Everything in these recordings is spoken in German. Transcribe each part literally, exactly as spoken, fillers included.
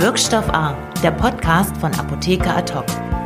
Wirkstoff A, der Podcast von Apotheker Ad-Hoc.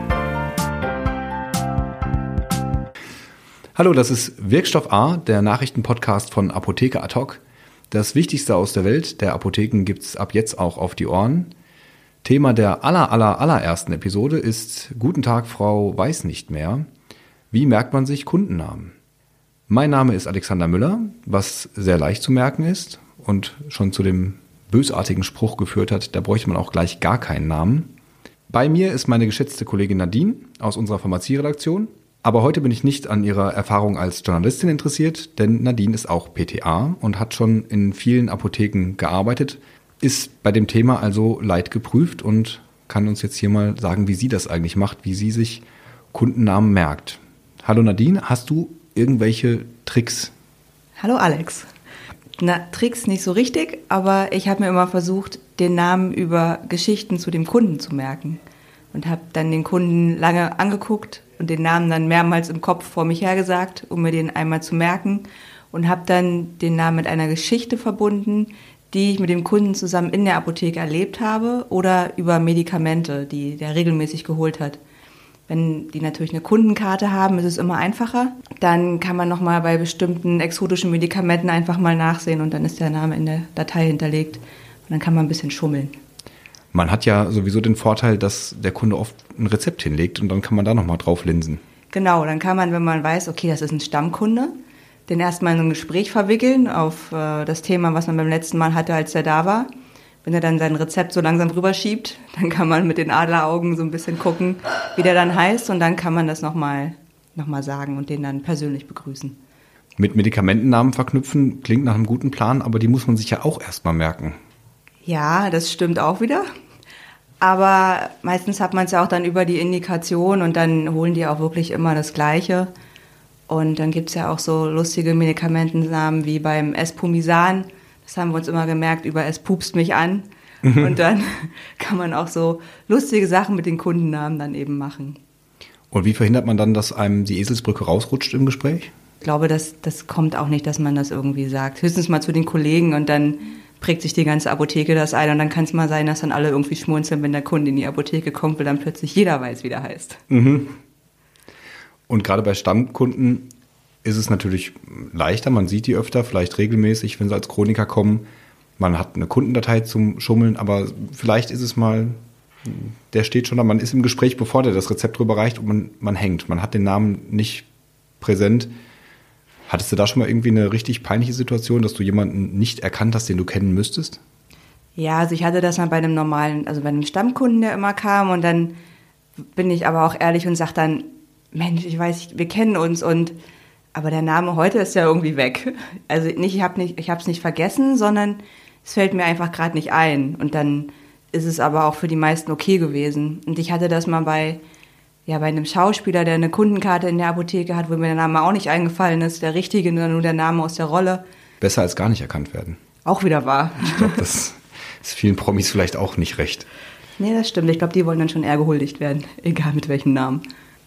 Hallo, das ist Wirkstoff A, der Nachrichtenpodcast von Apotheker Ad-Hoc. Das Wichtigste aus der Welt der Apotheken gibt's ab jetzt auch auf die Ohren. Thema der aller, aller, allerersten Episode ist Guten Tag, Frau Weiß nicht mehr. Wie merkt man sich Kundennamen? Mein Name ist Alexander Müller, was sehr leicht zu merken ist und schon zu dem bösartigen Spruch geführt hat, da bräuchte man auch gleich gar keinen Namen. Bei mir ist meine geschätzte Kollegin Nadine aus unserer Pharmazieredaktion. Aber heute bin ich nicht an ihrer Erfahrung als Journalistin interessiert, denn Nadine ist auch P T A und hat schon in vielen Apotheken gearbeitet, ist bei dem Thema also leidgeprüft und kann uns jetzt hier mal sagen, wie sie das eigentlich macht, wie sie sich Kundennamen merkt. Hallo Nadine, hast du irgendwelche Tricks? Hallo Alex. Na, Tricks nicht so richtig, aber ich habe mir immer versucht, den Namen über Geschichten zu dem Kunden zu merken. Und habe dann den Kunden lange angeguckt und den Namen dann mehrmals im Kopf vor mich hergesagt, um mir den einmal zu merken. Und habe dann den Namen mit einer Geschichte verbunden, die ich mit dem Kunden zusammen in der Apotheke erlebt habe oder über Medikamente, die der regelmäßig geholt hat. Wenn die natürlich eine Kundenkarte haben, ist es immer einfacher. Dann kann man nochmal bei bestimmten exotischen Medikamenten einfach mal nachsehen und dann ist der Name in der Datei hinterlegt. Und dann kann man ein bisschen schummeln. Man hat ja sowieso den Vorteil, dass der Kunde oft ein Rezept hinlegt und dann kann man da nochmal drauf linsen. Genau, dann kann man, wenn man weiß, okay, das ist ein Stammkunde, den erstmal in ein Gespräch verwickeln auf äh, das Thema, was man beim letzten Mal hatte, als er da war. Wenn er dann sein Rezept so langsam rüberschiebt, dann kann man mit den Adleraugen so ein bisschen gucken, wie der dann heißt. Und dann kann man das nochmal noch mal sagen und den dann persönlich begrüßen. Mit Medikamentennamen verknüpfen klingt nach einem guten Plan, aber die muss man sich ja auch erstmal merken. Ja, das stimmt auch wieder. Aber meistens hat man es ja auch dann über die Indikation und dann holen die auch wirklich immer das Gleiche. Und dann gibt es ja auch so lustige Medikamentennamen wie beim Espumisan. Das haben wir uns immer gemerkt über Es pupst mich an. Mhm. Und dann kann man auch so lustige Sachen mit den Kundennamen dann eben machen. Und wie verhindert man dann, dass einem die Eselsbrücke rausrutscht im Gespräch? Ich glaube, das, das kommt auch nicht, dass man das irgendwie sagt. Höchstens mal zu den Kollegen und dann prägt sich die ganze Apotheke das ein. Und dann kann es mal sein, dass dann alle irgendwie schmunzeln, wenn der Kunde in die Apotheke kommt, weil dann plötzlich jeder weiß, wie der heißt. Mhm. Und gerade bei Stammkunden ist es natürlich leichter, man sieht die öfter, vielleicht regelmäßig, wenn sie als Chroniker kommen. Man hat eine Kundendatei zum Schummeln, aber vielleicht ist es mal, der steht schon da, man ist im Gespräch, bevor der das Rezept drüber reicht und man, man hängt. Man hat den Namen nicht präsent. Hattest du da schon mal irgendwie eine richtig peinliche Situation, dass du jemanden nicht erkannt hast, den du kennen müsstest? Ja, also ich hatte das mal bei einem normalen, also bei einem Stammkunden, der immer kam und dann bin ich aber auch ehrlich und sage dann, Mensch, ich weiß, wir kennen uns und aber der Name heute ist ja irgendwie weg. Also nicht, ich habe nicht, ich habe es nicht vergessen, sondern es fällt mir einfach gerade nicht ein. Und dann ist es aber auch für die meisten okay gewesen. Und ich hatte das mal bei, ja, bei einem Schauspieler, der eine Kundenkarte in der Apotheke hat, wo mir der Name auch nicht eingefallen ist, der richtige, nur der Name aus der Rolle. Besser als gar nicht erkannt werden. Auch wieder wahr. Ich glaube, das ist vielen Promis vielleicht auch nicht recht. Nee, das stimmt. Ich glaube, die wollen dann schon eher gehuldigt werden, egal mit welchem Namen.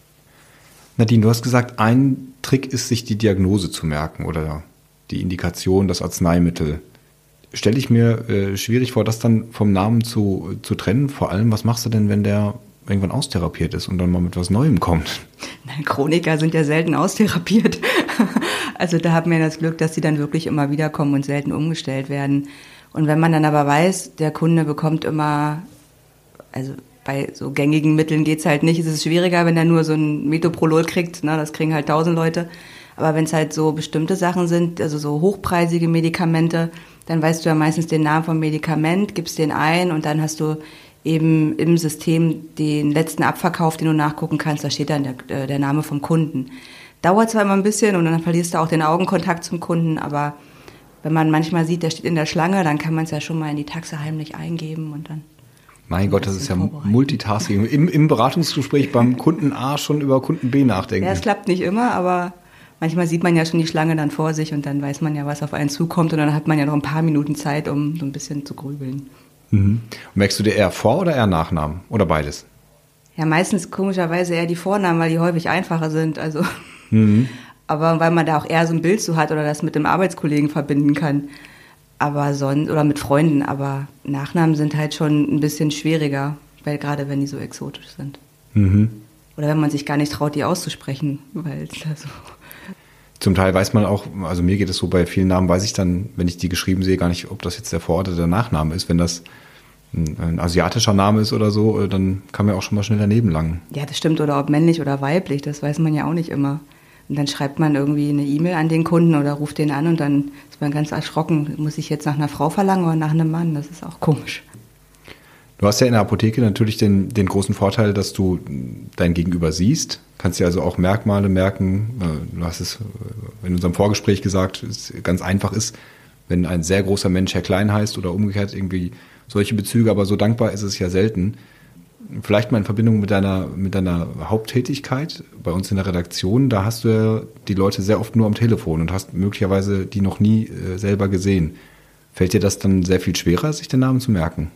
Nadine, du hast gesagt, ein Trick ist, sich die Diagnose zu merken oder die Indikation, das Arzneimittel. Stelle ich mir äh, schwierig vor, das dann vom Namen zu, zu trennen. Vor allem, was machst du denn, wenn der irgendwann austherapiert ist und dann mal mit was Neuem kommt? Na, Chroniker sind ja selten austherapiert. Also da haben wir das Glück, dass sie dann wirklich immer wieder kommen und selten umgestellt werden. Und wenn man dann aber weiß, der Kunde bekommt immer, also bei so gängigen Mitteln geht's halt nicht. Es ist schwieriger, wenn er nur so ein Metoprolol kriegt. Ne? Das kriegen halt tausend Leute. Aber wenn es halt so bestimmte Sachen sind, also so hochpreisige Medikamente, dann weißt du ja meistens den Namen vom Medikament, gibst den ein und dann hast du eben im System den letzten Abverkauf, den du nachgucken kannst. Da steht dann der, der Name vom Kunden. Dauert zwar immer ein bisschen und dann verlierst du auch den Augenkontakt zum Kunden, aber wenn man manchmal sieht, der steht in der Schlange, dann kann man es ja schon mal in die Taxe heimlich eingeben und dann... Mein Gott, das ist ja Multitasking. Im, Im Beratungsgespräch beim Kunden A schon über Kunden B nachdenken. Ja, es klappt nicht immer, aber manchmal sieht man ja schon die Schlange dann vor sich und dann weiß man ja, was auf einen zukommt und dann hat man ja noch ein paar Minuten Zeit, um so ein bisschen zu grübeln. Mhm. Merkst du dir eher Vor- oder eher Nachnamen? Oder beides? Ja, meistens komischerweise eher die Vornamen, weil die häufig einfacher sind. Also, mhm. Aber weil man da auch eher so ein Bild zu hat oder das mit dem Arbeitskollegen verbinden kann. aber sonst, oder mit Freunden, aber Nachnamen sind halt schon ein bisschen schwieriger, weil gerade wenn die so exotisch sind. Mhm. Oder wenn man sich gar nicht traut, die auszusprechen, weil es da so... Zum Teil weiß man auch, also mir geht es so, bei vielen Namen weiß ich dann, wenn ich die geschrieben sehe, gar nicht, ob das jetzt der Vor- oder der Nachname ist. Wenn das ein, ein asiatischer Name ist oder so, dann kann man auch schon mal schnell daneben langen. Ja, das stimmt. Oder ob männlich oder weiblich, das weiß man ja auch nicht immer. Und dann schreibt man irgendwie eine E-Mail an den Kunden oder ruft den an und dann ist man ganz erschrocken. Muss ich jetzt nach einer Frau verlangen oder nach einem Mann? Das ist auch komisch. Du hast ja in der Apotheke natürlich den, den großen Vorteil, dass du dein Gegenüber siehst. Kannst dir also auch Merkmale merken. Du hast es in unserem Vorgespräch gesagt, es ganz einfach ist, wenn ein sehr großer Mensch Herr Klein heißt oder umgekehrt irgendwie solche Bezüge, aber so dankbar ist es ja selten. Vielleicht mal in Verbindung mit deiner, mit deiner Haupttätigkeit bei uns in der Redaktion, da hast du ja die Leute sehr oft nur am Telefon und hast möglicherweise die noch nie äh, selber gesehen. Fällt dir das dann sehr viel schwerer, sich den Namen zu merken?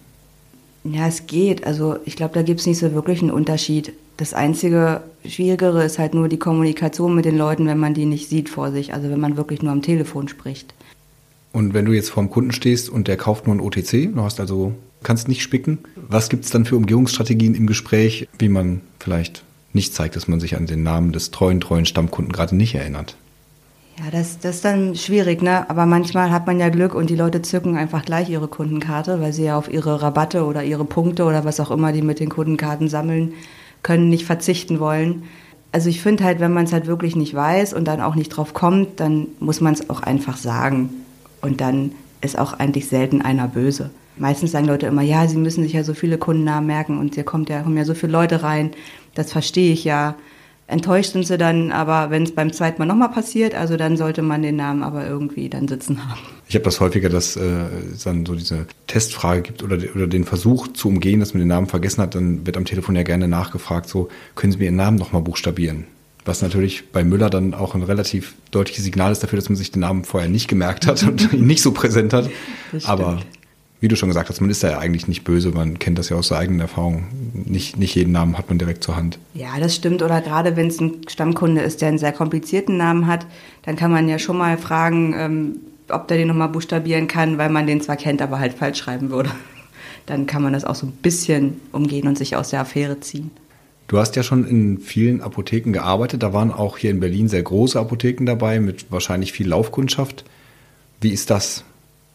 Ja, es geht. Also ich glaube, da gibt es nicht so wirklich einen Unterschied. Das einzige Schwierigere ist halt nur die Kommunikation mit den Leuten, wenn man die nicht sieht vor sich, also wenn man wirklich nur am Telefon spricht. Und wenn du jetzt vor dem Kunden stehst und der kauft nur ein O T C, du hast also, kannst nicht spicken, was gibt es dann für Umgehungsstrategien im Gespräch, wie man vielleicht nicht zeigt, dass man sich an den Namen des treuen, treuen Stammkunden gerade nicht erinnert? Ja, das, das ist dann schwierig, ne? Aber manchmal hat man ja Glück und die Leute zücken einfach gleich ihre Kundenkarte, weil sie ja auf ihre Rabatte oder ihre Punkte oder was auch immer die mit den Kundenkarten sammeln können, nicht verzichten wollen. Also ich finde halt, wenn man es halt wirklich nicht weiß und dann auch nicht drauf kommt, dann muss man es auch einfach sagen. Und dann ist auch eigentlich selten einer böse. Meistens sagen Leute immer, ja, sie müssen sich ja so viele Kundennamen merken und hier kommt ja, kommen ja so viele Leute rein, das verstehe ich ja. Enttäuscht sind sie dann, aber wenn es beim zweiten Mal nochmal passiert, also dann sollte man den Namen aber irgendwie dann sitzen haben. Ich habe das häufiger, dass äh, es dann so diese Testfrage gibt oder, oder den Versuch zu umgehen, dass man den Namen vergessen hat, dann wird am Telefon ja gerne nachgefragt, so, können Sie mir Ihren Namen nochmal buchstabieren? Was natürlich bei Müller dann auch ein relativ deutliches Signal ist dafür, dass man sich den Namen vorher nicht gemerkt hat und ihn nicht so präsent hat. Aber wie du schon gesagt hast, man ist da ja eigentlich nicht böse, man kennt das ja aus der eigenen Erfahrung. Nicht, nicht jeden Namen hat man direkt zur Hand. Ja, das stimmt. Oder gerade wenn es ein Stammkunde ist, der einen sehr komplizierten Namen hat, dann kann man ja schon mal fragen, ähm, ob der den nochmal buchstabieren kann, weil man den zwar kennt, aber halt falsch schreiben würde. Dann kann man das auch so ein bisschen umgehen und sich aus der Affäre ziehen. Du hast ja schon in vielen Apotheken gearbeitet. Da waren auch hier in Berlin sehr große Apotheken dabei mit wahrscheinlich viel Laufkundschaft. Wie ist das?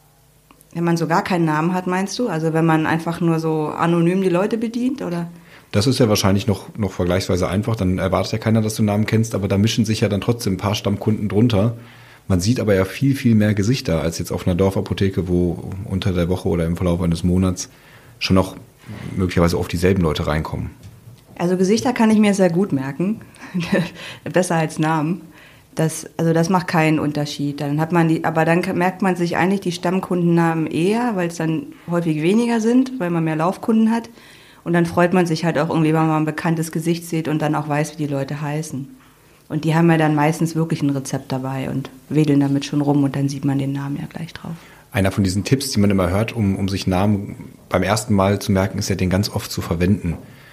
Wenn man so gar keinen Namen hat, meinst du? Also wenn man einfach nur so anonym die Leute bedient, oder? Das ist ja wahrscheinlich noch, noch vergleichsweise einfach. Dann erwartet ja keiner, dass du einen Namen kennst, aber da mischen sich ja dann trotzdem ein paar Stammkunden drunter. Man sieht aber ja viel, viel mehr Gesichter als jetzt auf einer Dorfapotheke, wo unter der Woche oder im Verlauf eines Monats schon noch möglicherweise oft dieselben Leute reinkommen. Also Gesichter kann ich mir sehr gut merken. Besser als Namen. Das, also das macht keinen Unterschied. Dann hat man die, aber dann merkt man sich eigentlich die Stammkundennamen eher, weil es dann häufig weniger sind, weil man mehr Laufkunden hat. Und dann freut man sich halt auch irgendwie, wenn man ein bekanntes Gesicht sieht und dann auch weiß, wie die Leute heißen. Und die haben ja dann meistens wirklich ein Rezept dabei und wedeln damit schon rum und dann sieht man den Namen ja gleich drauf. Einer von diesen Tipps, die man immer hört, um, um sich Namen beim ersten Mal zu merken, ist ja, den ganz oft zu verwenden.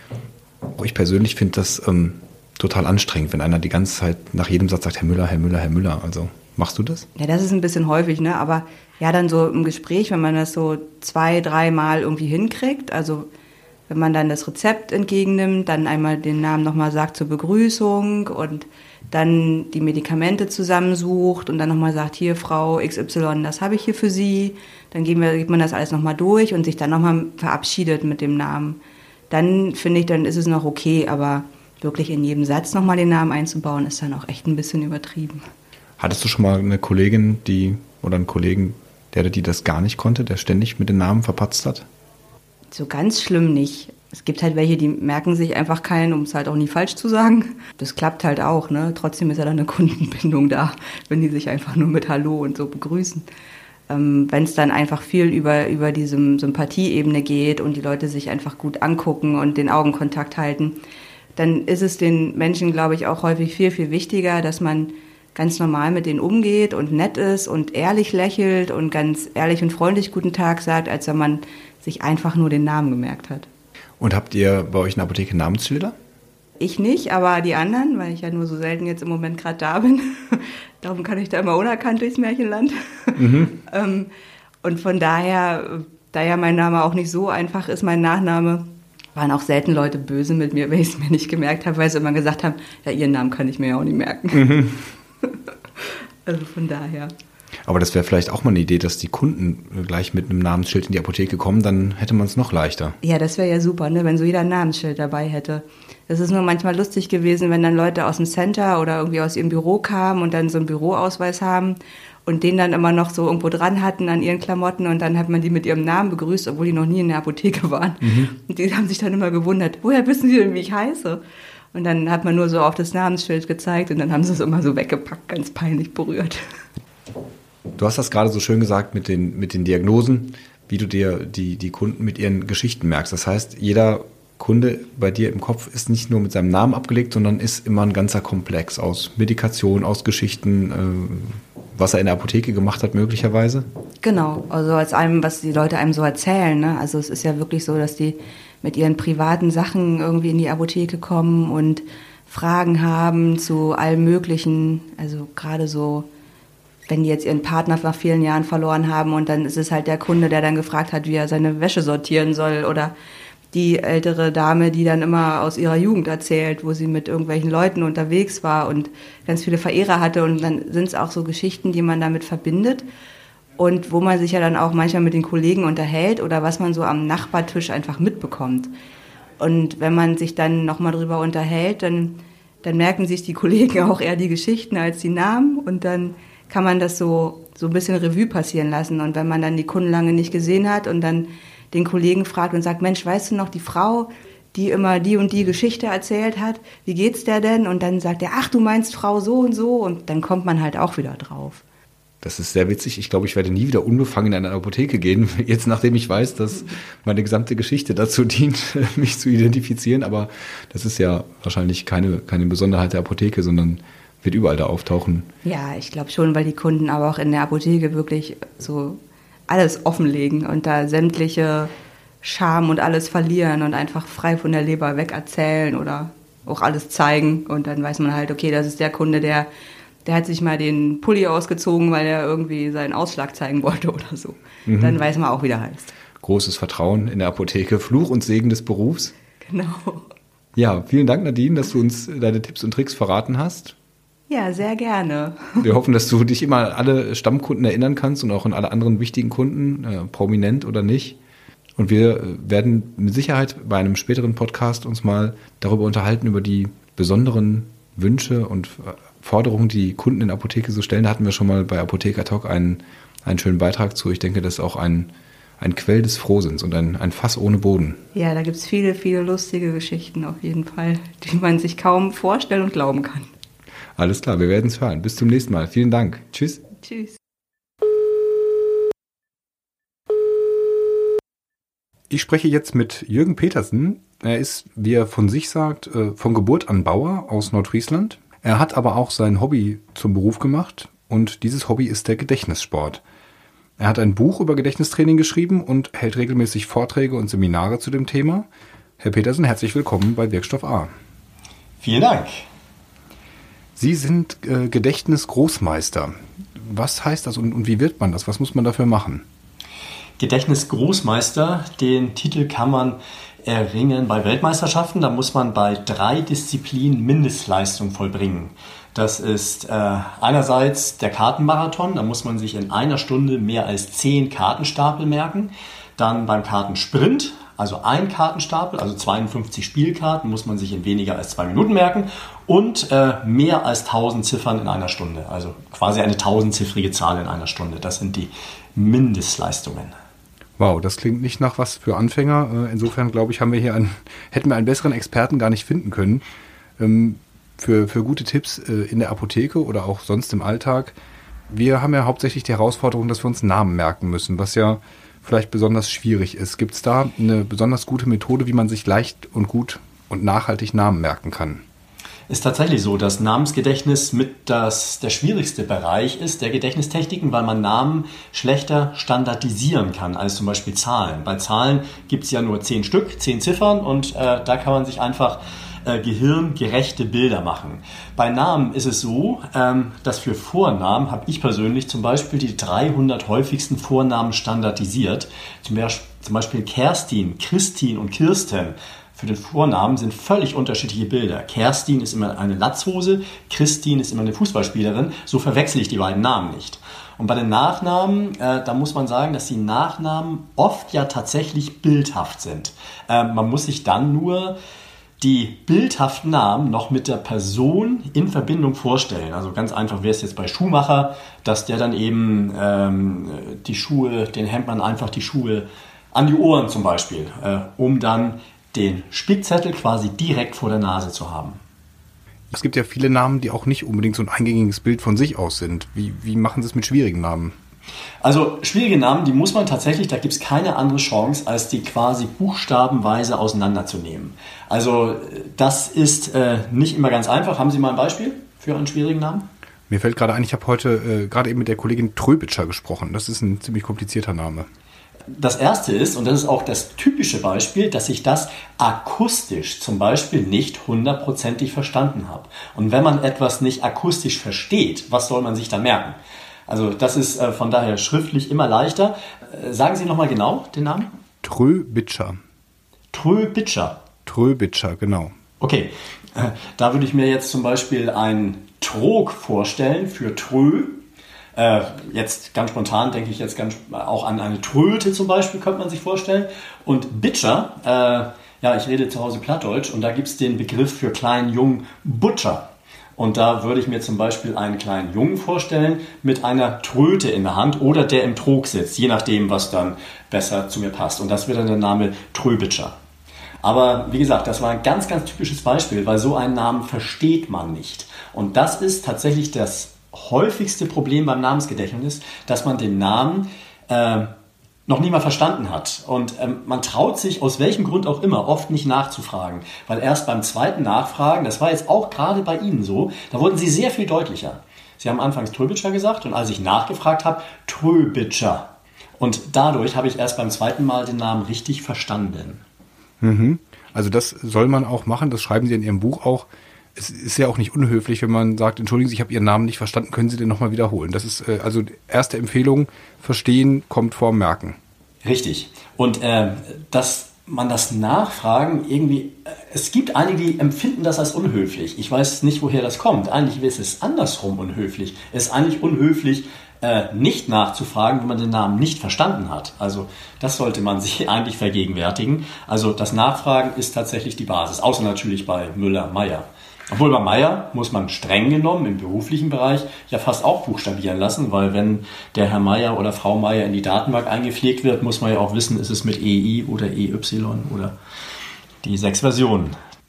Ich persönlich finde das ähm, total anstrengend, wenn einer die ganze Zeit nach jedem Satz sagt, Herr Müller, Herr Müller, Herr Müller. Also machst du das? Ja, das ist ein bisschen häufig, ne? Aber ja, dann so im Gespräch, wenn man das so zwei, dreimal irgendwie hinkriegt, also wenn man dann das Rezept entgegennimmt, dann einmal den Namen nochmal sagt zur Begrüßung und dann die Medikamente zusammensucht und dann nochmal sagt, hier Frau X Y, das habe ich hier für Sie. Dann gehen wir, geht man das alles nochmal durch und sich dann nochmal verabschiedet mit dem Namen. Dann finde ich, dann ist es noch okay, aber wirklich in jedem Satz nochmal den Namen einzubauen, ist dann auch echt ein bisschen übertrieben. Hattest du schon mal eine Kollegin, die oder einen Kollegen, der die das gar nicht konnte, der ständig mit den Namen verpatzt hat? So ganz schlimm nicht. Es gibt halt welche, die merken sich einfach keinen, um es halt auch nie falsch zu sagen. Das klappt halt auch, ne? Trotzdem ist ja dann eine Kundenbindung da, wenn die sich einfach nur mit Hallo und so begrüßen. Ähm, wenn es dann einfach viel über, über diese Sympathieebene geht und die Leute sich einfach gut angucken und den Augenkontakt halten, dann ist es den Menschen, glaube ich, auch häufig viel, viel wichtiger, dass man ganz normal mit denen umgeht und nett ist und ehrlich lächelt und ganz ehrlich und freundlich guten Tag sagt, als wenn man sich einfach nur den Namen gemerkt hat. Und habt ihr bei euch in der Apotheke Namensschilder? Ich nicht, aber die anderen, weil ich ja nur so selten jetzt im Moment gerade da bin. Darum kann ich da immer unerkannt durchs Märchenland. Mhm. ähm, Und von daher, da ja mein Name auch nicht so einfach ist, mein Nachname, waren auch selten Leute böse mit mir, wenn ich es mir nicht gemerkt habe, weil sie immer gesagt haben, ja, ihren Namen kann ich mir ja auch nicht merken. Mhm. Also von daher. Aber das wäre vielleicht auch mal eine Idee, dass die Kunden gleich mit einem Namensschild in die Apotheke kommen, dann hätte man es noch leichter. Ja, das wäre ja super, ne, wenn so jeder ein Namensschild dabei hätte. Das ist nur manchmal lustig gewesen, wenn dann Leute aus dem Center oder irgendwie aus ihrem Büro kamen und dann so einen Büroausweis haben und den dann immer noch so irgendwo dran hatten an ihren Klamotten und dann hat man die mit ihrem Namen begrüßt, obwohl die noch nie in der Apotheke waren. Mhm. Und die haben sich dann immer gewundert, woher wissen die denn, wie ich heiße? Und dann hat man nur so auf das Namensschild gezeigt und dann haben sie es immer so weggepackt, ganz peinlich berührt. Du hast das gerade so schön gesagt mit den, mit den Diagnosen, wie du dir die, die Kunden mit ihren Geschichten merkst. Das heißt, jeder Kunde bei dir im Kopf ist nicht nur mit seinem Namen abgelegt, sondern ist immer ein ganzer Komplex aus Medikation, aus Geschichten, äh, was er in der Apotheke gemacht hat möglicherweise. Genau, also als einem, was die Leute einem so erzählen, ne? Also es ist ja wirklich so, dass die mit ihren privaten Sachen irgendwie in die Apotheke kommen und Fragen haben zu allem Möglichen, also gerade so, wenn die jetzt ihren Partner nach vielen Jahren verloren haben und dann ist es halt der Kunde, der dann gefragt hat, wie er seine Wäsche sortieren soll oder die ältere Dame, die dann immer aus ihrer Jugend erzählt, wo sie mit irgendwelchen Leuten unterwegs war und ganz viele Verehrer hatte und dann sind es auch so Geschichten, die man damit verbindet und wo man sich ja dann auch manchmal mit den Kollegen unterhält oder was man so am Nachbartisch einfach mitbekommt. Und wenn man sich dann nochmal drüber unterhält, dann, dann merken sich die Kollegen auch eher die Geschichten als die Namen und dann kann man das so, so ein bisschen Revue passieren lassen. Und wenn man dann die Kunden lange nicht gesehen hat und dann den Kollegen fragt und sagt, Mensch, weißt du noch, die Frau, die immer die und die Geschichte erzählt hat, wie geht's der denn? Und dann sagt er, ach, du meinst Frau so und so. Und dann kommt man halt auch wieder drauf. Das ist sehr witzig. Ich glaube, ich werde nie wieder unbefangen in eine Apotheke gehen, jetzt nachdem ich weiß, dass meine gesamte Geschichte dazu dient, mich zu identifizieren. Aber das ist ja wahrscheinlich keine, keine Besonderheit der Apotheke, sondern wird überall da auftauchen. Ja, ich glaube schon, weil die Kunden aber auch in der Apotheke wirklich so alles offenlegen und da sämtliche Scham und alles verlieren und einfach frei von der Leber weg erzählen oder auch alles zeigen. Und dann weiß man halt, okay, das ist der Kunde, der, der hat sich mal den Pulli ausgezogen, weil er irgendwie seinen Ausschlag zeigen wollte oder so. Mhm. Dann weiß man auch, wie der heißt. Großes Vertrauen in der Apotheke, Fluch und Segen des Berufs. Genau. Ja, vielen Dank, Nadine, dass du uns deine Tipps und Tricks verraten hast. Ja, sehr gerne. Wir hoffen, dass du dich immer an alle Stammkunden erinnern kannst und auch an alle anderen wichtigen Kunden, äh, prominent oder nicht. Und wir werden mit Sicherheit bei einem späteren Podcast uns mal darüber unterhalten, über die besonderen Wünsche und Forderungen, die Kunden in der Apotheke so stellen. Da hatten wir schon mal bei Apotheker Talk einen, einen schönen Beitrag zu. Ich denke, das ist auch ein, ein Quell des Frohsinns und ein, ein Fass ohne Boden. Ja, da gibt es viele, viele lustige Geschichten auf jeden Fall, die man sich kaum vorstellen und glauben kann. Alles klar, wir werden es hören. Bis zum nächsten Mal. Vielen Dank. Tschüss. Tschüss. Ich spreche jetzt mit Jürgen Petersen. Er ist, wie er von sich sagt, von Geburt an Bauer aus Nordfriesland. Er hat aber auch sein Hobby zum Beruf gemacht und dieses Hobby ist der Gedächtnissport. Er hat ein Buch über Gedächtnistraining geschrieben und hält regelmäßig Vorträge und Seminare zu dem Thema. Herr Petersen, herzlich willkommen bei Wirkstoff A. Vielen Dank. Sie sind äh, Gedächtnisgroßmeister. Was heißt das und, und wie wird man das? Was muss man dafür machen? Gedächtnisgroßmeister, den Titel kann man erringen bei Weltmeisterschaften. Da muss man bei drei Disziplinen Mindestleistung vollbringen. Das ist äh, einerseits der Kartenmarathon. Da muss man sich in einer Stunde mehr als zehn Kartenstapel merken. Dann beim Kartensprint, also ein Kartenstapel, also zweiundfünfzig Spielkarten, muss man sich in weniger als zwei Minuten merken. Und äh, mehr als tausend Ziffern in einer Stunde, also quasi eine tausendziffrige Zahl in einer Stunde. Das sind die Mindestleistungen. Wow, das klingt nicht nach was für Anfänger. Insofern, glaube ich, haben wir hier einen, hätten wir einen besseren Experten gar nicht finden können. Für, für gute Tipps in der Apotheke oder auch sonst im Alltag. Wir haben ja hauptsächlich die Herausforderung, dass wir uns Namen merken müssen, was ja vielleicht besonders schwierig ist. Gibt es da eine besonders gute Methode, wie man sich leicht und gut und nachhaltig Namen merken kann? Ist tatsächlich so, dass Namensgedächtnis mit das, der schwierigste Bereich ist der Gedächtnistechniken, weil man Namen schlechter standardisieren kann als zum Beispiel Zahlen. Bei Zahlen gibt es ja nur zehn Stück, zehn Ziffern und äh, da kann man sich einfach äh, gehirngerechte Bilder machen. Bei Namen ist es so, ähm, dass für Vornamen habe ich persönlich zum Beispiel die dreihundert häufigsten Vornamen standardisiert. Zum Beispiel, zum Beispiel Kerstin, Christin und Kirsten. Für den Vornamen sind völlig unterschiedliche Bilder. Kerstin ist immer eine Latzhose, Christin ist immer eine Fußballspielerin. So verwechsel ich die beiden Namen nicht. Und bei den Nachnamen, äh, da muss man sagen, dass die Nachnamen oft ja tatsächlich bildhaft sind. Äh, man muss sich dann nur die bildhaften Namen noch mit der Person in Verbindung vorstellen. Also ganz einfach wäre es jetzt bei Schuhmacher, dass der dann eben ähm, die Schuhe, den hängt man einfach die Schuhe an die Ohren zum Beispiel, äh, um dann den Spickzettel quasi direkt vor der Nase zu haben. Es gibt ja viele Namen, die auch nicht unbedingt so ein eingängiges Bild von sich aus sind. Wie, wie machen Sie es mit schwierigen Namen? Also schwierige Namen, die muss man tatsächlich, da gibt es keine andere Chance, als die quasi buchstabenweise auseinanderzunehmen. Also das ist äh, nicht immer ganz einfach. Haben Sie mal ein Beispiel für einen schwierigen Namen? Mir fällt gerade ein, ich habe heute äh, gerade eben mit der Kollegin Tröbitscher gesprochen. Das ist ein ziemlich komplizierter Name. Das erste ist, und das ist auch das typische Beispiel, dass ich das akustisch zum Beispiel nicht hundertprozentig verstanden habe. Und wenn man etwas nicht akustisch versteht, was soll man sich dann merken? Also das ist äh, von daher schriftlich immer leichter. Äh, sagen Sie nochmal genau den Namen? Tröbitscher. Tröbitscher. Tröbitscher, genau. Okay, äh, da würde ich mir jetzt zum Beispiel ein Trog vorstellen für Trö. Äh, jetzt ganz spontan denke ich jetzt ganz auch an eine Tröte zum Beispiel, könnte man sich vorstellen. Und Bitscher, äh, ja, ich rede zu Hause Plattdeutsch und da gibt es den Begriff für kleinen Jungen Butcher. Und da würde ich mir zum Beispiel einen kleinen Jungen vorstellen mit einer Tröte in der Hand oder der im Trog sitzt, je nachdem, was dann besser zu mir passt. Und das wird dann der Name Tröbitscher. Aber wie gesagt, das war ein ganz, ganz typisches Beispiel, weil so einen Namen versteht man nicht. Und das ist tatsächlich das häufigste Problem beim Namensgedächtnis, dass man den Namen äh, noch nie mal verstanden hat. Und ähm, man traut sich, aus welchem Grund auch immer, oft nicht nachzufragen. Weil erst beim zweiten Nachfragen, das war jetzt auch gerade bei Ihnen so, da wurden Sie sehr viel deutlicher. Sie haben anfangs Tröbitscher gesagt und als ich nachgefragt habe, Tröbitscher. Und dadurch habe ich erst beim zweiten Mal den Namen richtig verstanden. Mhm. Also das soll man auch machen, das schreiben Sie in Ihrem Buch auch. Es ist ja auch nicht unhöflich, wenn man sagt, entschuldigen Sie, ich habe Ihren Namen nicht verstanden, können Sie den nochmal wiederholen? Das ist äh, also erste Empfehlung, verstehen kommt vor Merken. Richtig. Und äh, dass man das Nachfragen irgendwie, äh, es gibt einige, die empfinden das als unhöflich. Ich weiß nicht, woher das kommt. Eigentlich ist es andersrum unhöflich. Es ist eigentlich unhöflich, äh, nicht nachzufragen, wenn man den Namen nicht verstanden hat. Also das sollte man sich eigentlich vergegenwärtigen. Also das Nachfragen ist tatsächlich die Basis, außer natürlich bei Müller, Meier. Obwohl bei Meier muss man streng genommen im beruflichen Bereich ja fast auch buchstabieren lassen, weil wenn der Herr Meier oder Frau Meier in die Datenbank eingepflegt wird, muss man ja auch wissen, ist es mit E I oder E Y oder die sechs Versionen.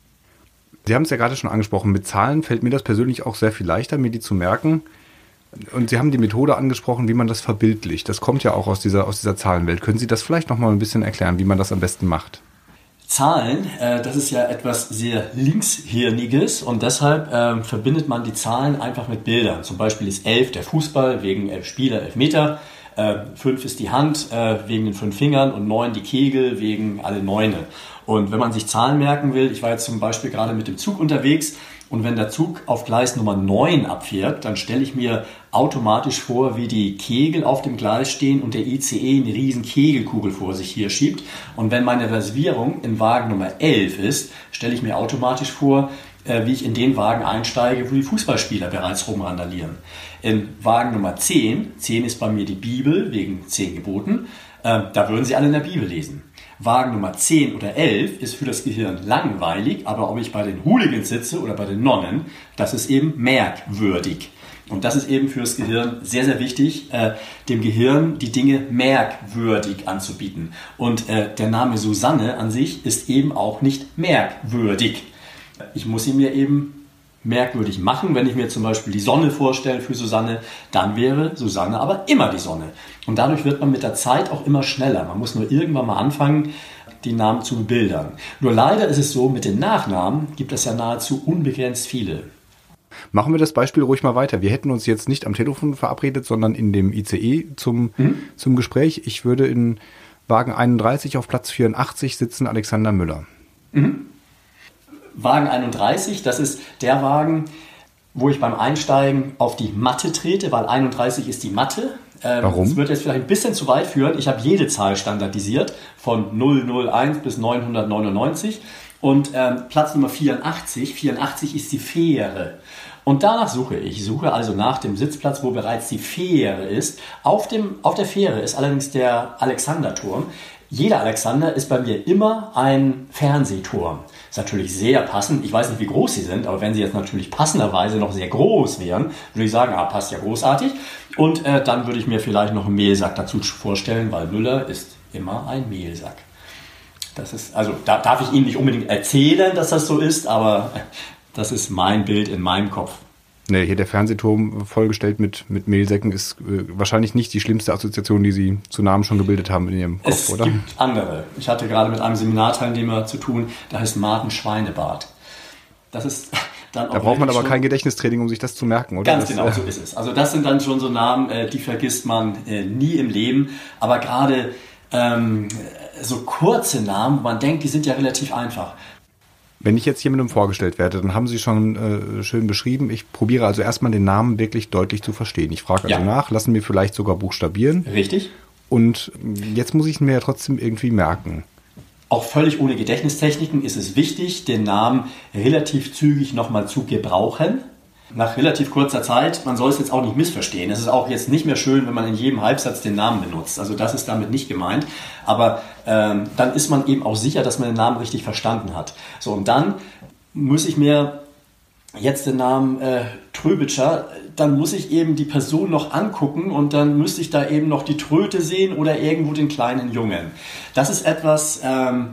Sie haben es ja gerade schon angesprochen, mit Zahlen fällt mir das persönlich auch sehr viel leichter, mir die zu merken. Und Sie haben die Methode angesprochen, wie man das verbildlicht. Das kommt ja auch aus dieser, aus dieser Zahlenwelt. Können Sie das vielleicht noch mal ein bisschen erklären, wie man das am besten macht? Zahlen, äh, das ist ja etwas sehr Linkshirniges und deshalb äh, verbindet man die Zahlen einfach mit Bildern. Zum Beispiel ist elf der Fußball wegen elf Spieler, elf Meter. Äh, fünf ist die Hand äh, wegen den fünf Fingern und neun die Kegel wegen alle Neune. Und wenn man sich Zahlen merken will, ich war jetzt zum Beispiel gerade mit dem Zug unterwegs und wenn der Zug auf Gleis Nummer neun abfährt, dann stelle ich mir automatisch vor, wie die Kegel auf dem Gleis stehen und der I C E eine riesen Kegelkugel vor sich hier schiebt. Und wenn meine Reservierung in Wagen Nummer elf ist, stelle ich mir automatisch vor, wie ich in den Wagen einsteige, wo die Fußballspieler bereits rumrandalieren. In Wagen Nummer zehn, zehn ist bei mir die Bibel wegen zehn Geboten, da würden Sie alle in der Bibel lesen. Wagen Nummer zehn oder elf ist für das Gehirn langweilig, aber ob ich bei den Hooligans sitze oder bei den Nonnen, das ist eben merkwürdig. Und das ist eben für das Gehirn sehr, sehr wichtig, äh, dem Gehirn die Dinge merkwürdig anzubieten. Und äh, der Name Susanne an sich ist eben auch nicht merkwürdig. Ich muss ihn mir eben merkwürdig machen. Wenn ich mir zum Beispiel die Sonne vorstelle für Susanne, dann wäre Susanne aber immer die Sonne. Und dadurch wird man mit der Zeit auch immer schneller. Man muss nur irgendwann mal anfangen, die Namen zu bebildern. Nur leider ist es so, mit den Nachnamen gibt es ja nahezu unbegrenzt viele. Machen wir das Beispiel ruhig mal weiter. Wir hätten uns jetzt nicht am Telefon verabredet, sondern in dem I C E zum, mhm. zum Gespräch. Ich würde in Wagen einunddreißig auf Platz vierundachtzig sitzen, Alexander Müller. Mhm. Wagen einunddreißig, das ist der Wagen, wo ich beim Einsteigen auf die Matte trete, weil einunddreißig ist die Matte. Ähm, Warum? Das wird jetzt vielleicht ein bisschen zu weit führen. Ich habe jede Zahl standardisiert, von null null eins bis neunhundertneunundneunzig. Und ähm, Platz Nummer vierundachtzig, vierundachtzig ist die Fähre. Und danach suche ich. Ich suche also nach dem Sitzplatz, wo bereits die Fähre ist. Auf, dem, auf der Fähre ist allerdings der Alexanderturm. Jeder Alexander ist bei mir immer ein Fernsehturm. Ist natürlich sehr passend. Ich weiß nicht, wie groß sie sind, aber wenn sie jetzt natürlich passenderweise noch sehr groß wären, würde ich sagen, ah, passt ja großartig. Und äh, dann würde ich mir vielleicht noch einen Mehlsack dazu vorstellen, weil Müller ist immer ein Mehlsack. Das ist, also da darf ich Ihnen nicht unbedingt erzählen, dass das so ist, aber das ist mein Bild in meinem Kopf. Nee, hier der Fernsehturm vollgestellt mit, mit Mehlsäcken ist äh, wahrscheinlich nicht die schlimmste Assoziation, die Sie zu Namen schon gebildet haben in Ihrem Kopf, es oder? Es gibt andere. Ich hatte gerade mit einem Seminarteilnehmer zu tun, der heißt Martin Schweinebart. Das ist dann auch da braucht man aber kein Gedächtnistraining, um sich das zu merken, oder? Ganz das, genau, äh, so ist es. Also das sind dann schon so Namen, äh, die vergisst man äh, nie im Leben. Aber gerade ähm, so kurze Namen, wo man denkt, die sind ja relativ einfach. Wenn ich jetzt jemandem vorgestellt werde, dann haben Sie schon äh, schön beschrieben, ich probiere also erstmal den Namen wirklich deutlich zu verstehen. Ich frage also Ja. nach, lassen mir vielleicht sogar buchstabieren. Richtig. Und jetzt muss ich ihn mir ja trotzdem irgendwie merken. Auch völlig ohne Gedächtnistechniken ist es wichtig, den Namen relativ zügig nochmal zu gebrauchen. Nach relativ kurzer Zeit, man soll es jetzt auch nicht missverstehen. Es ist auch jetzt nicht mehr schön, wenn man in jedem Halbsatz den Namen benutzt. Also das ist damit nicht gemeint. Aber ähm, dann ist man eben auch sicher, dass man den Namen richtig verstanden hat. So, und dann muss ich mir jetzt den Namen äh, Tröbitscher, dann muss ich eben die Person noch angucken und dann müsste ich da eben noch die Tröte sehen oder irgendwo den kleinen Jungen. Das ist etwas... Ähm,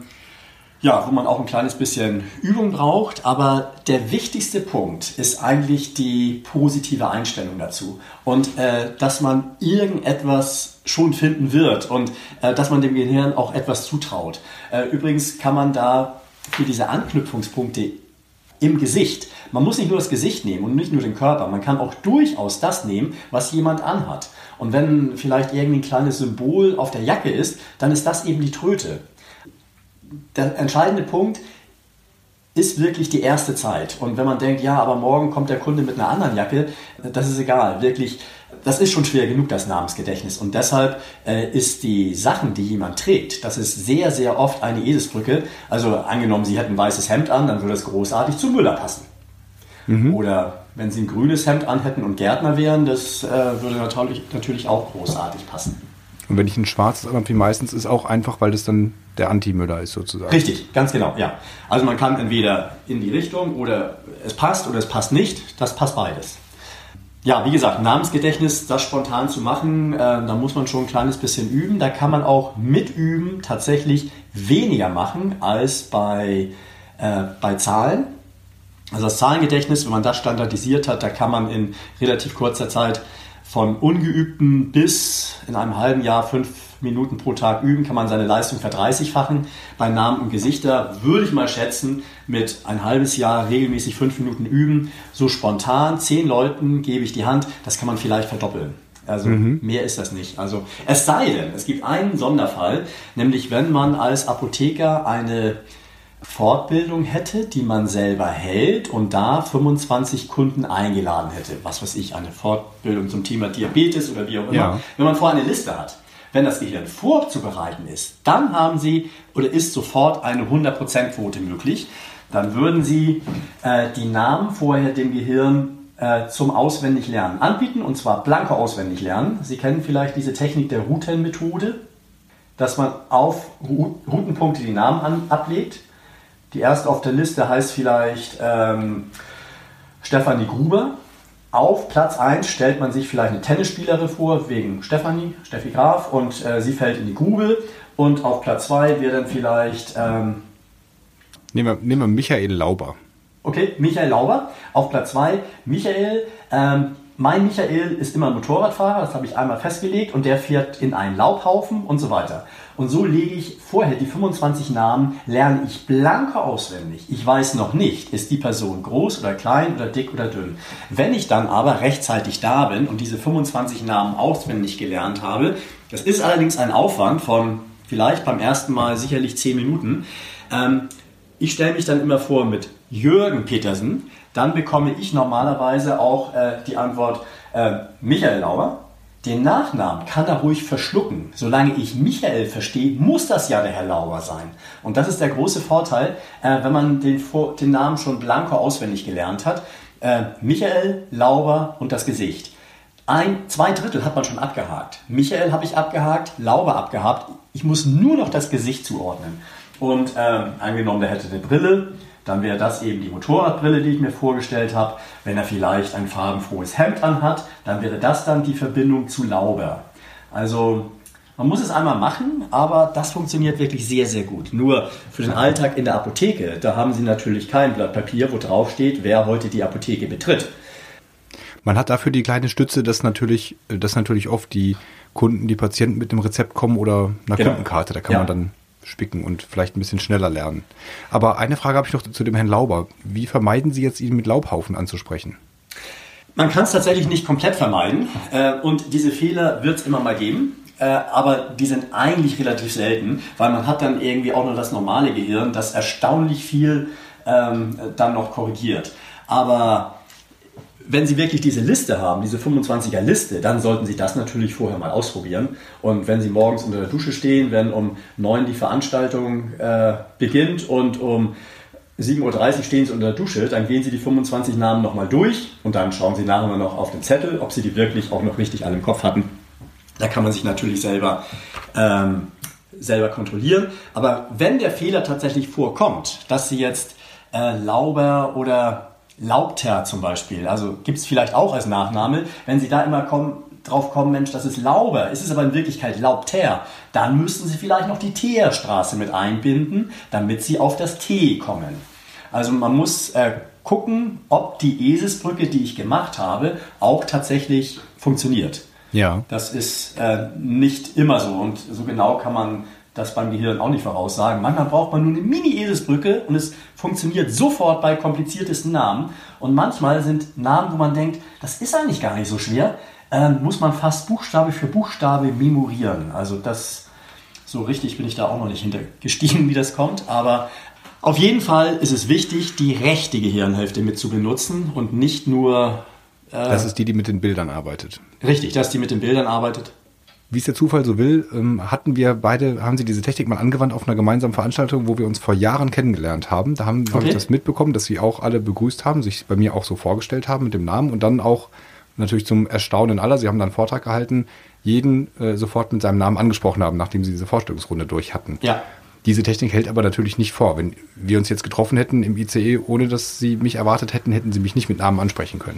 Ja, wo man auch ein kleines bisschen Übung braucht, aber der wichtigste Punkt ist eigentlich die positive Einstellung dazu und äh, dass man irgendetwas schon finden wird und äh, dass man dem Gehirn auch etwas zutraut. Äh, übrigens kann man da für diese Anknüpfungspunkte im Gesicht, man muss nicht nur das Gesicht nehmen und nicht nur den Körper, man kann auch durchaus das nehmen, was jemand anhat. Und wenn vielleicht irgendwie ein kleines Symbol auf der Jacke ist, dann ist das eben die Tröte. Der entscheidende Punkt ist wirklich die erste Zeit. Und wenn man denkt, ja, aber morgen kommt der Kunde mit einer anderen Jacke, das ist egal. Wirklich, das ist schon schwer genug, das Namensgedächtnis. Und deshalb äh, ist die Sachen, die jemand trägt, das ist sehr, sehr oft eine Eselsbrücke. Also angenommen, Sie hätten ein weißes Hemd an, dann würde es großartig zu Müller passen. Mhm. Oder wenn Sie ein grünes Hemd an hätten und Gärtner wären, das äh, würde natürlich, natürlich auch großartig passen. Und wenn ich ein schwarzes anhabe, wie meistens, ist auch einfach, weil das dann der Anti-Müller ist sozusagen. Richtig, ganz genau, ja. Also man kann entweder in die Richtung oder es passt oder es passt nicht. Das passt beides. Ja, wie gesagt, Namensgedächtnis, das spontan zu machen, äh, da muss man schon ein kleines bisschen üben. Da kann man auch mit Üben tatsächlich weniger machen als bei, äh, bei Zahlen. Also das Zahlengedächtnis, wenn man das standardisiert hat, da kann man in relativ kurzer Zeit von Ungeübten bis in einem halben Jahr fünf Minuten pro Tag üben, kann man seine Leistung verdreißigfachen. Bei Namen und Gesichter würde ich mal schätzen, mit ein halbes Jahr regelmäßig fünf Minuten üben, so spontan, zehn Leuten gebe ich die Hand, das kann man vielleicht verdoppeln. Also mhm. mehr ist das nicht. Also es sei denn, es gibt einen Sonderfall, nämlich wenn man als Apotheker eine Fortbildung hätte, die man selber hält und da fünfundzwanzig Kunden eingeladen hätte. Was weiß ich, eine Fortbildung zum Thema Diabetes oder wie auch immer. Ja. Wenn man vorher eine Liste hat, wenn das Gehirn vorzubereiten ist, dann haben Sie oder ist sofort eine hundert Prozent Quote möglich. Dann würden Sie äh, die Namen vorher dem Gehirn äh, zum Auswendiglernen anbieten und zwar blanko auswendig lernen. Sie kennen vielleicht diese Technik der Routenmethode, dass man auf Routenpunkte die Namen an, ablegt. Die erste auf der Liste heißt vielleicht ähm, Stefanie Gruber. Auf Platz eins stellt man sich vielleicht eine Tennisspielerin vor, wegen Stefanie, Steffi Graf, und äh, sie fällt in die Grube. Und auf Platz zwei wäre dann vielleicht... Ähm, nehmen, wir, nehmen wir Michael Lauber. Okay, Michael Lauber. Auf Platz zwei Michael. Ähm, mein Michael ist immer ein Motorradfahrer, das habe ich einmal festgelegt, und der fährt in einen Laubhaufen und so weiter. Und so lege ich vorher die fünfundzwanzig Namen, lerne ich blanko auswendig. Ich weiß noch nicht, ist die Person groß oder klein oder dick oder dünn. Wenn ich dann aber rechtzeitig da bin und diese fünfundzwanzig Namen auswendig gelernt habe, das ist allerdings ein Aufwand von vielleicht beim ersten Mal sicherlich zehn Minuten, ähm, ich stelle mich dann immer vor mit Jürgen Petersen, dann bekomme ich normalerweise auch äh, die Antwort äh, Michael Lauber. Den Nachnamen kann er ruhig verschlucken. Solange ich Michael verstehe, muss das ja der Herr Lauber sein. Und das ist der große Vorteil, äh, wenn man den, Vor- den Namen schon blanko auswendig gelernt hat. Äh, Michael, Lauber und das Gesicht. Ein, zwei Drittel hat man schon abgehakt. Michael habe ich abgehakt, Lauber abgehakt. Ich muss nur noch das Gesicht zuordnen. Und äh, angenommen, der hätte eine Brille, dann wäre das eben die Motorradbrille, die ich mir vorgestellt habe. Wenn er vielleicht ein farbenfrohes Hemd anhat, dann wäre das dann die Verbindung zu Lauber. Also man muss es einmal machen, aber das funktioniert wirklich sehr, sehr gut. Nur für den Alltag in der Apotheke, da haben Sie natürlich kein Blatt Papier, wo drauf steht, wer heute die Apotheke betritt. Man hat dafür die kleine Stütze, dass natürlich, dass natürlich oft die Kunden, die Patienten mit dem Rezept kommen oder einer Genau. Kundenkarte. Da kann Ja. man dann spicken und vielleicht ein bisschen schneller lernen. Aber eine Frage habe ich noch zu dem Herrn Lauber. Wie vermeiden Sie jetzt, ihn mit Laubhaufen anzusprechen? Man kann es tatsächlich nicht komplett vermeiden äh, und diese Fehler wird es immer mal geben. Äh, aber die sind eigentlich relativ selten, weil man hat dann irgendwie auch noch das normale Gehirn, das erstaunlich viel ähm, dann noch korrigiert. Aber wenn Sie wirklich diese Liste haben, diese fünfundzwanziger Liste, dann sollten Sie das natürlich vorher mal ausprobieren. Und wenn Sie morgens unter der Dusche stehen, wenn um neun die Veranstaltung äh, beginnt und um sieben Uhr dreißig stehen Sie unter der Dusche, dann gehen Sie die fünfundzwanzig Namen nochmal durch und dann schauen Sie nachher noch auf den Zettel, ob Sie die wirklich auch noch richtig alle im Kopf hatten. Da kann man sich natürlich selber, ähm, selber kontrollieren. Aber wenn der Fehler tatsächlich vorkommt, dass Sie jetzt äh, Lauber oder Laubter zum Beispiel, also gibt es vielleicht auch als Nachname, wenn Sie da immer kommen, drauf kommen, Mensch, das ist Lauber, es ist aber in Wirklichkeit Laubter, dann müssten Sie vielleicht noch die Teerstraße mit einbinden, damit Sie auf das T kommen. Also man muss äh, gucken, ob die Eselsbrücke, die ich gemacht habe, auch tatsächlich funktioniert. Ja. Das ist äh, nicht immer so und so genau kann man das beim Gehirn auch nicht voraussagen. Manchmal braucht man nur eine Mini-Eselsbrücke und es funktioniert sofort bei kompliziertesten Namen. Und manchmal sind Namen, wo man denkt, das ist eigentlich gar nicht so schwer, äh, muss man fast Buchstabe für Buchstabe memorieren. Also das, so richtig bin ich da auch noch nicht hintergestiegen, wie das kommt. Aber auf jeden Fall ist es wichtig, die rechte Gehirnhälfte mit zu benutzen und nicht nur... Äh, Das ist die, die mit den Bildern arbeitet. Richtig, dass die mit den Bildern arbeitet. Wie es der Zufall so will, hatten wir beide, haben Sie diese Technik mal angewandt auf einer gemeinsamen Veranstaltung, wo wir uns vor Jahren kennengelernt haben. Da haben, okay. habe ich das mitbekommen, dass Sie auch alle begrüßt haben, sich bei mir auch so vorgestellt haben mit dem Namen und dann auch natürlich zum Erstaunen aller, Sie haben dann einen Vortrag gehalten, jeden äh, sofort mit seinem Namen angesprochen haben, nachdem Sie diese Vorstellungsrunde durch hatten. Ja. Diese Technik hält aber natürlich nicht vor. Wenn wir uns jetzt getroffen hätten im I C E, ohne dass Sie mich erwartet hätten, hätten Sie mich nicht mit Namen ansprechen können.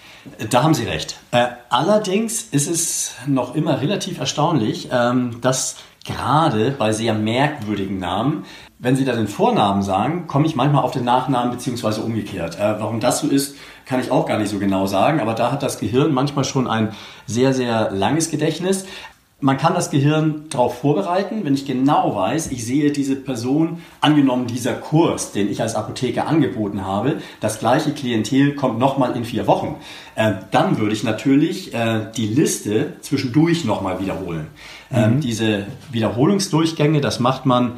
Da haben Sie recht. Äh, allerdings ist es noch immer relativ erstaunlich, ähm, dass gerade bei sehr merkwürdigen Namen, wenn Sie da den Vornamen sagen, komme ich manchmal auf den Nachnamen beziehungsweise umgekehrt. Äh, warum das so ist, kann ich auch gar nicht so genau sagen, aber da hat das Gehirn manchmal schon ein sehr, sehr langes Gedächtnis. Man kann das Gehirn darauf vorbereiten, wenn ich genau weiß, ich sehe diese Person, angenommen dieser Kurs, den ich als Apotheker angeboten habe, das gleiche Klientel kommt nochmal in vier Wochen. Äh, dann würde ich natürlich äh, die Liste zwischendurch nochmal wiederholen. Mhm. Ähm, diese Wiederholungsdurchgänge, das macht man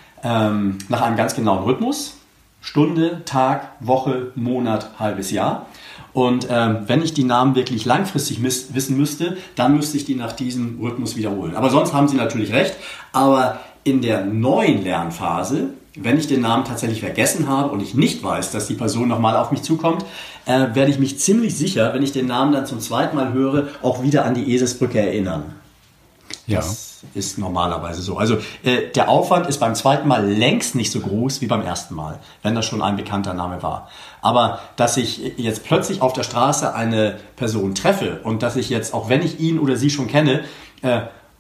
ähm, nach einem ganz genauen Rhythmus. Stunde, Tag, Woche, Monat, halbes Jahr. Und ähm, wenn ich die Namen wirklich langfristig miss- wissen müsste, dann müsste ich die nach diesem Rhythmus wiederholen. Aber sonst haben Sie natürlich recht. Aber in der neuen Lernphase, wenn ich den Namen tatsächlich vergessen habe und ich nicht weiß, dass die Person nochmal auf mich zukommt, äh, werde ich mich ziemlich sicher, wenn ich den Namen dann zum zweiten Mal höre, auch wieder an die Eselsbrücke erinnern. Ja. Das ist normalerweise so. Also äh, der Aufwand ist beim zweiten Mal längst nicht so groß wie beim ersten Mal, wenn das schon ein bekannter Name war. Aber dass ich jetzt plötzlich auf der Straße eine Person treffe und dass ich jetzt, auch wenn ich ihn oder sie schon kenne, äh,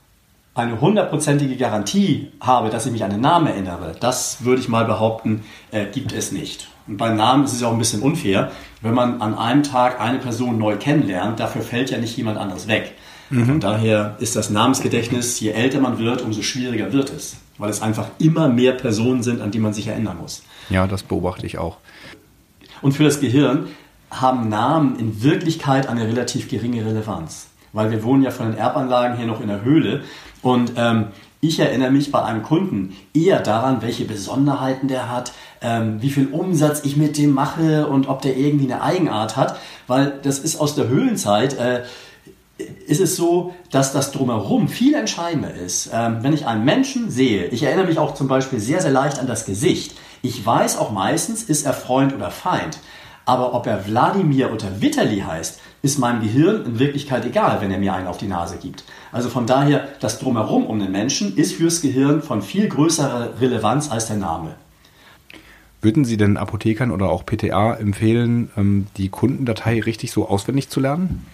eine hundertprozentige Garantie habe, dass ich mich an den Namen erinnere, das würde ich mal behaupten, äh, gibt es nicht. Und beim Namen ist es auch ein bisschen unfair, wenn man an einem Tag eine Person neu kennenlernt, dafür fällt ja nicht jemand anderes weg. Mhm. Von daher ist das Namensgedächtnis, je älter man wird, umso schwieriger wird es, weil es einfach immer mehr Personen sind, an die man sich erinnern muss. Ja, das beobachte ich auch. Und für das Gehirn haben Namen in Wirklichkeit eine relativ geringe Relevanz, weil wir wohnen ja von den Erbanlagen hier noch in der Höhle und ähm, Ich erinnere mich bei einem Kunden eher daran, welche Besonderheiten der hat, ähm, wie viel Umsatz ich mit dem mache und ob der irgendwie eine Eigenart hat, weil das ist aus der Höhlenzeit, äh, ist es so, dass das Drumherum viel entscheidender ist. Ähm, wenn ich einen Menschen sehe, ich erinnere mich auch zum Beispiel sehr, sehr leicht an das Gesicht. Ich weiß auch meistens, ist er Freund oder Feind. Aber ob er Wladimir oder Vitali heißt, ist meinem Gehirn in Wirklichkeit egal, wenn er mir einen auf die Nase gibt. Also von daher, das Drumherum um den Menschen ist fürs Gehirn von viel größerer Relevanz als der Name. Würden Sie denn Apothekern oder auch P T A empfehlen, die Kundendatei richtig so auswendig zu lernen?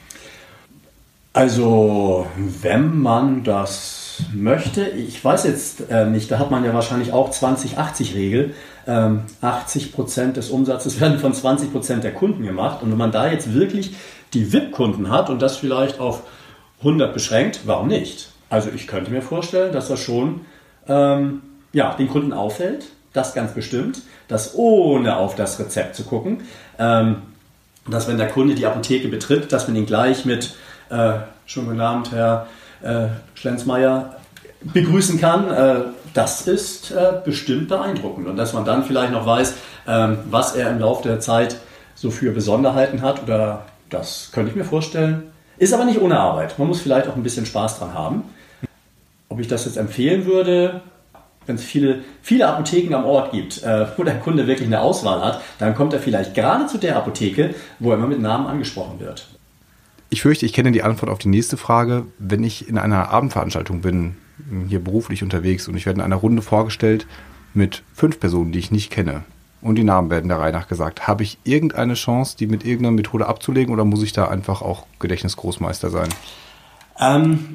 Also, wenn man das möchte, ich weiß jetzt äh, nicht, da hat man ja wahrscheinlich auch zwanzig achtzig Regel. Ähm, achtzig Prozent des Umsatzes werden von zwanzig Prozent der Kunden gemacht. Und wenn man da jetzt wirklich die V I P-Kunden hat und das vielleicht auf hundert beschränkt, warum nicht? Also ich könnte mir vorstellen, dass das schon ähm, ja, den Kunden auffällt, das ganz bestimmt, das ohne auf das Rezept zu gucken, ähm, dass wenn der Kunde die Apotheke betritt, dass man ihn gleich mit Äh, schönen guten Abend, Herr äh, Schlenzmeier, begrüßen kann, äh, das ist äh, bestimmt beeindruckend. Und dass man dann vielleicht noch weiß, ähm, was er im Laufe der Zeit so für Besonderheiten hat, oder das könnte ich mir vorstellen. Ist aber nicht ohne Arbeit. Man muss vielleicht auch ein bisschen Spaß dran haben. Ob ich das jetzt empfehlen würde, wenn es viele, viele Apotheken am Ort gibt, äh, wo der Kunde wirklich eine Auswahl hat, dann kommt er vielleicht gerade zu der Apotheke, wo er immer mit Namen angesprochen wird. Ich fürchte, ich kenne die Antwort auf die nächste Frage. Wenn ich in einer Abendveranstaltung bin, hier beruflich unterwegs, und ich werde in einer Runde vorgestellt mit fünf Personen, die ich nicht kenne, und die Namen werden der Reihe nach gesagt, habe ich irgendeine Chance, die mit irgendeiner Methode abzulegen, oder muss ich da einfach auch Gedächtnisgroßmeister sein? Ähm,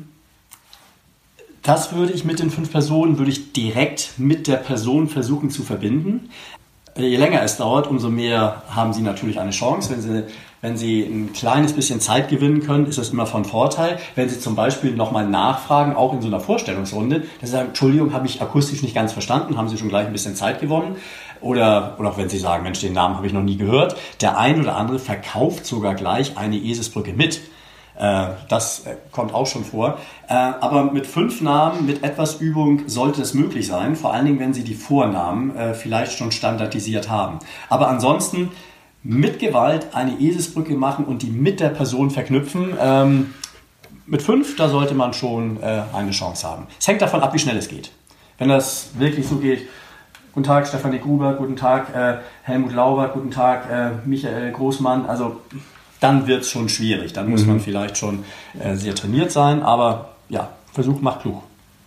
das würde ich mit den fünf Personen, würde ich direkt mit der Person versuchen zu verbinden. Je länger es dauert, umso mehr haben Sie natürlich eine Chance. Wenn Sie, wenn Sie ein kleines bisschen Zeit gewinnen können, ist das immer von Vorteil. Wenn Sie zum Beispiel nochmal nachfragen, auch in so einer Vorstellungsrunde, dass Sie sagen, Entschuldigung, habe ich akustisch nicht ganz verstanden, haben Sie schon gleich ein bisschen Zeit gewonnen. Oder, oder auch wenn Sie sagen, Mensch, den Namen habe ich noch nie gehört. Der ein oder andere verkauft sogar gleich eine Eselsbrücke mit. Das kommt auch schon vor. Aber mit fünf Namen, mit etwas Übung sollte es möglich sein. Vor allen Dingen, wenn Sie die Vornamen vielleicht schon standardisiert haben. Aber ansonsten mit Gewalt eine Eselsbrücke machen und die mit der Person verknüpfen. Mit fünf, da sollte man schon eine Chance haben. Es hängt davon ab, wie schnell es geht. Wenn das wirklich so geht, guten Tag Stefanie Gruber, guten Tag Helmut Lauber, guten Tag Michael Großmann, also dann wird es schon schwierig. Dann muss mhm. man vielleicht schon äh, sehr trainiert sein. Aber ja, Versuch macht klug.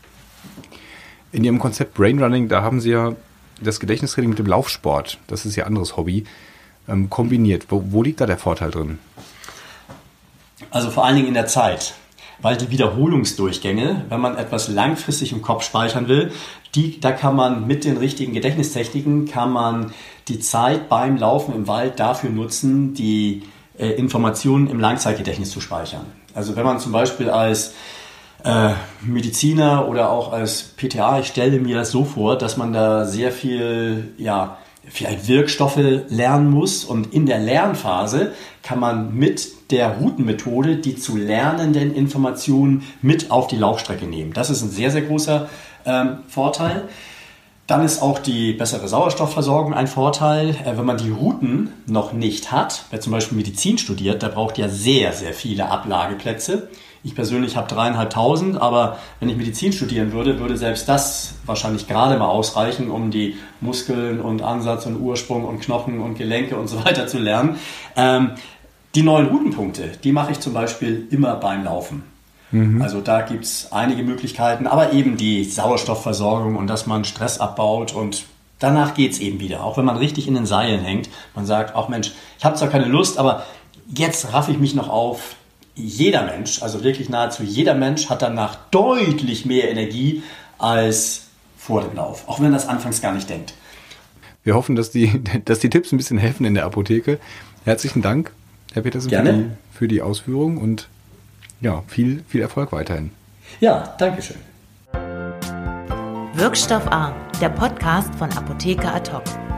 In Ihrem Konzept Brainrunning, da haben Sie ja das Gedächtnistraining mit dem Laufsport, das ist Ihr anderes Hobby, ähm, kombiniert. Wo, wo liegt da der Vorteil drin? Also vor allen Dingen in der Zeit. Weil die Wiederholungsdurchgänge, wenn man etwas langfristig im Kopf speichern will, die, da kann man mit den richtigen Gedächtnistechniken, kann man die Zeit beim Laufen im Wald dafür nutzen, die Informationen im Langzeitgedächtnis zu speichern. Also wenn man zum Beispiel als äh, Mediziner oder auch als P T A, ich stelle mir das so vor, dass man da sehr viel, ja, vielleicht Wirkstoffe lernen muss, und in der Lernphase kann man mit der Routenmethode die zu lernenden Informationen mit auf die Laufstrecke nehmen. Das ist ein sehr, sehr großer ähm, Vorteil. Dann ist auch die bessere Sauerstoffversorgung ein Vorteil. Wenn man die Routen noch nicht hat, wer zum Beispiel Medizin studiert, der braucht ja sehr, sehr viele Ablageplätze. Ich persönlich habe dreieinhalbtausend, aber wenn ich Medizin studieren würde, würde selbst das wahrscheinlich gerade mal ausreichen, um die Muskeln und Ansatz und Ursprung und Knochen und Gelenke und so weiter zu lernen. Ähm, die neuen Routenpunkte, die mache ich zum Beispiel immer beim Laufen. Mhm. Also da gibt es einige Möglichkeiten, aber eben die Sauerstoffversorgung und dass man Stress abbaut, und danach geht es eben wieder. Auch wenn man richtig in den Seilen hängt, man sagt, ach Mensch, ich habe zwar keine Lust, aber jetzt raff ich mich noch auf. Jeder Mensch, also wirklich nahezu jeder Mensch, hat danach deutlich mehr Energie als vor dem Lauf, auch wenn das anfangs gar nicht denkt. Wir hoffen, dass die, dass die Tipps ein bisschen helfen in der Apotheke. Herzlichen Dank, Herr Petersen, für die, für die Ausführung, und ja, viel, viel Erfolg weiterhin. Ja, danke schön. Wirkstoff A, der Podcast von Apotheker Ad hoc.